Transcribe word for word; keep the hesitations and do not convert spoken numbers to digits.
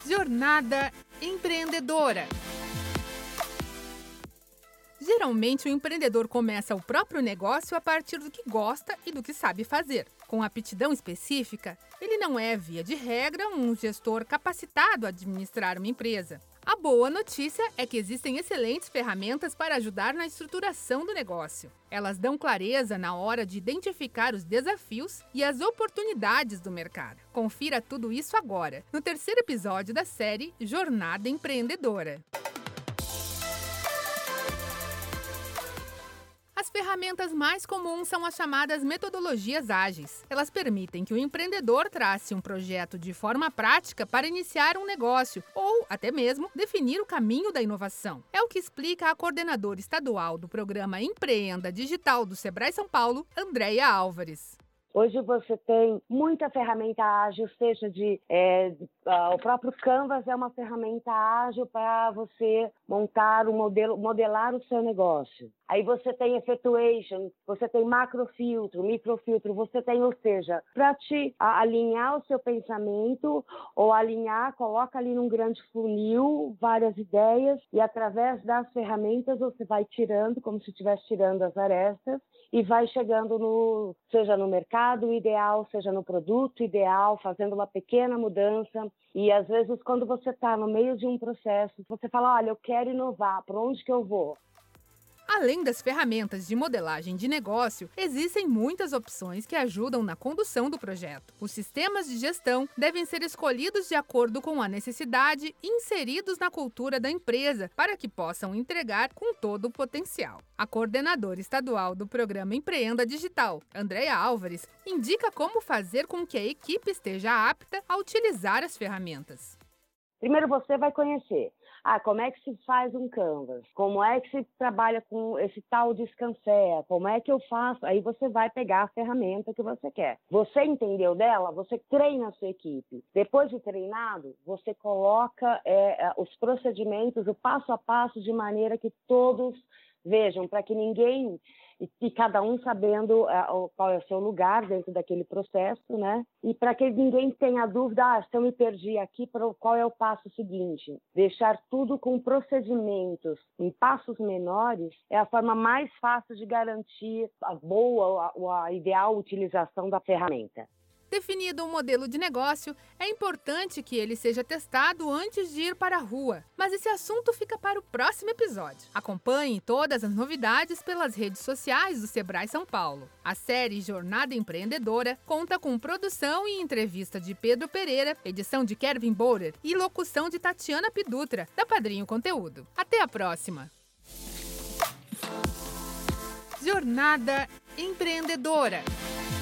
Jornada empreendedora. Geralmente, o empreendedor começa o próprio negócio a partir do que gosta e do que sabe fazer. Com aptidão específica, ele não é, via de regra, um gestor capacitado a administrar uma empresa. A boa notícia é que existem excelentes ferramentas para ajudar na estruturação do negócio. Elas dão clareza na hora de identificar os desafios e as oportunidades do mercado. Confira tudo isso agora, no terceiro episódio da série Jornada Empreendedora. As ferramentas mais comuns são as chamadas metodologias ágeis. Elas permitem que o empreendedor trace um projeto de forma prática para iniciar um negócio ou, até mesmo, definir o caminho da inovação. É o que explica a coordenadora estadual do programa Empreenda Digital do Sebrae São Paulo, Andréia Álvares. Hoje você tem muita ferramenta ágil, seja de... É, uh, o próprio Canvas é uma ferramenta ágil para você montar um modelo, modelar o seu negócio. Aí você tem Effectuation, você tem macrofiltro, microfiltro, você tem, ou seja, para te a, alinhar o seu pensamento ou alinhar, coloca ali num grande funil várias ideias e através das ferramentas você vai tirando, como se estivesse tirando as arestas, e vai chegando no, seja no mercado ideal, seja no produto ideal, fazendo uma pequena mudança. E às vezes quando você está no meio de um processo, você fala, olha, eu quero inovar, para onde que eu vou? Além das ferramentas de modelagem de negócio, existem muitas opções que ajudam na condução do projeto. Os sistemas de gestão devem ser escolhidos de acordo com a necessidade e inseridos na cultura da empresa para que possam entregar com todo o potencial. A coordenadora estadual do programa Empreenda Digital, Andréia Álvares, indica como fazer com que a equipe esteja apta a utilizar as ferramentas. Primeiro você vai conhecer. Ah, como é que se faz um Canvas? Como é que se trabalha com esse tal de Scanfea? Como é que eu faço? Aí você vai pegar a ferramenta que você quer. Você entendeu dela? Você treina a sua equipe. Depois de treinado, você coloca é, os procedimentos, o passo a passo, de maneira que todos vejam, para que ninguém... E, e cada um sabendo uh, qual é o seu lugar dentro daquele processo, né? E para que ninguém tenha dúvida, ah, se eu me perdi aqui, qual é o passo seguinte? Deixar tudo com procedimentos em passos menores é a forma mais fácil de garantir a boa ou a, a ideal utilização da ferramenta. Definido um modelo de negócio, é importante que ele seja testado antes de ir para a rua. Mas esse assunto fica para o próximo episódio. Acompanhe todas as novidades pelas redes sociais do Sebrae São Paulo. A série Jornada Empreendedora conta com produção e entrevista de Pedro Pereira, edição de Kevin Bourer e locução de Tatiana Pidutra, da Padrinho Conteúdo. Até a próxima! Jornada Empreendedora.